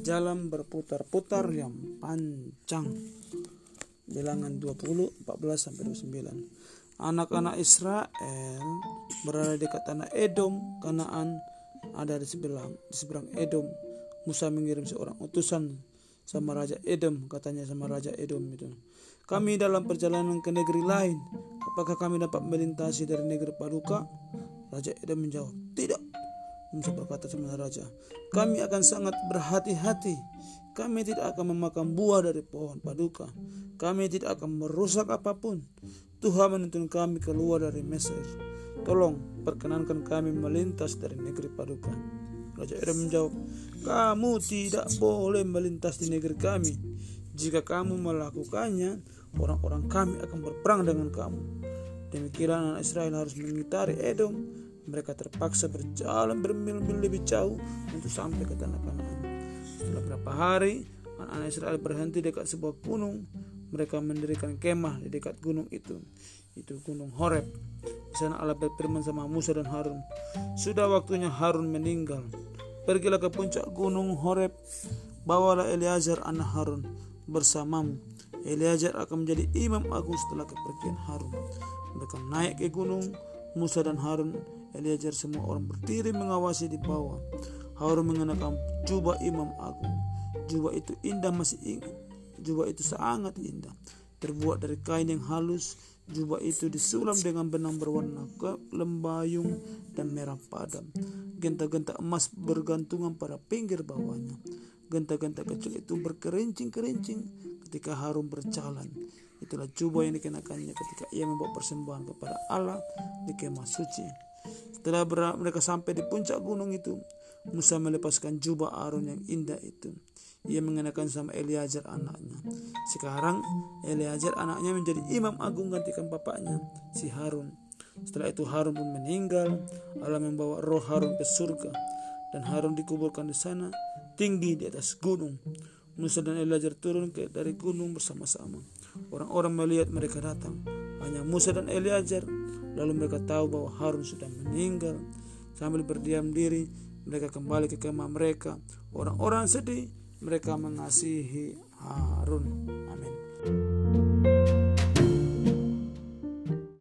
jalan berputar-putar yang panjang. Bilangan 20, 14-29. Anak-anak Israel berada di dekat tanah Edom, Kanaan ada di seberang Edom. Musa mengirim seorang utusan sama Raja Edom, katanya sama Raja Edom itu, kami dalam perjalanan ke negeri lain, apakah kami dapat melintasi dari negeri Paduka? Raja Edom menjawab, tidak. Musa berkata sama Raja, kami akan sangat berhati-hati. Kami tidak akan memakan buah dari pohon Paduka. Kami tidak akan merusak apapun. Tuhan menuntun kami keluar dari Mesir. Tolong perkenankan kami melintas dari negeri Paduka. Raja Edom menjawab, kamu tidak boleh melintas di negeri kami. Jika kamu melakukannya, orang-orang kami akan berperang dengan kamu. Demikian anak Israel harus mengitari Edom. Mereka terpaksa berjalan bermil-mil lebih jauh untuk sampai ke tanah Kanaan. Setelah beberapa hari, anak Israel berhenti dekat sebuah gunung. Mereka mendirikan kemah di dekat gunung itu gunung Horeb. Di sana Allah berfirman sama Musa dan Harun, sudah waktunya Harun meninggal. Pergilah ke puncak gunung Horeb, bawalah Eleazar anak Harun bersamamu. Eleazar akan menjadi imam agung setelah kepergian Harun. Mereka naik ke gunung. Musa dan Harun, Eleazar, semua orang berdiri mengawasi di bawah. Harun mengenakan jubah imam agung. Jubah itu sangat indah, terbuat dari kain yang halus. Jubah itu disulam dengan benang berwarna lembayung dan merah padam. Genta-genta emas bergantungan pada pinggir bawahnya. Genta-genta kecil itu berkerincing-kerincing ketika Harun berjalan. Itulah jubah yang dikenakannya ketika ia membawa persembahan kepada Allah di kemah suci. Setelah mereka sampai di puncak gunung itu, Musa melepaskan jubah Harun yang indah itu. Ia mengenakan sama Eleazar anaknya. Sekarang Eleazar anaknya menjadi imam agung gantikan bapaknya, si Harun. Setelah itu Harun pun meninggal. Allah membawa roh Harun ke surga, dan Harun dikuburkan di sana, tinggi di atas gunung. Musa dan Eleazar turun dari gunung bersama-sama. Orang-orang melihat mereka datang, hanya Musa dan Eleazar. Lalu mereka tahu bahwa Harun sudah meninggal. Sambil berdiam diri, mereka kembali ke kemah mereka. Orang-orang sedih, mereka mengasihi Harun.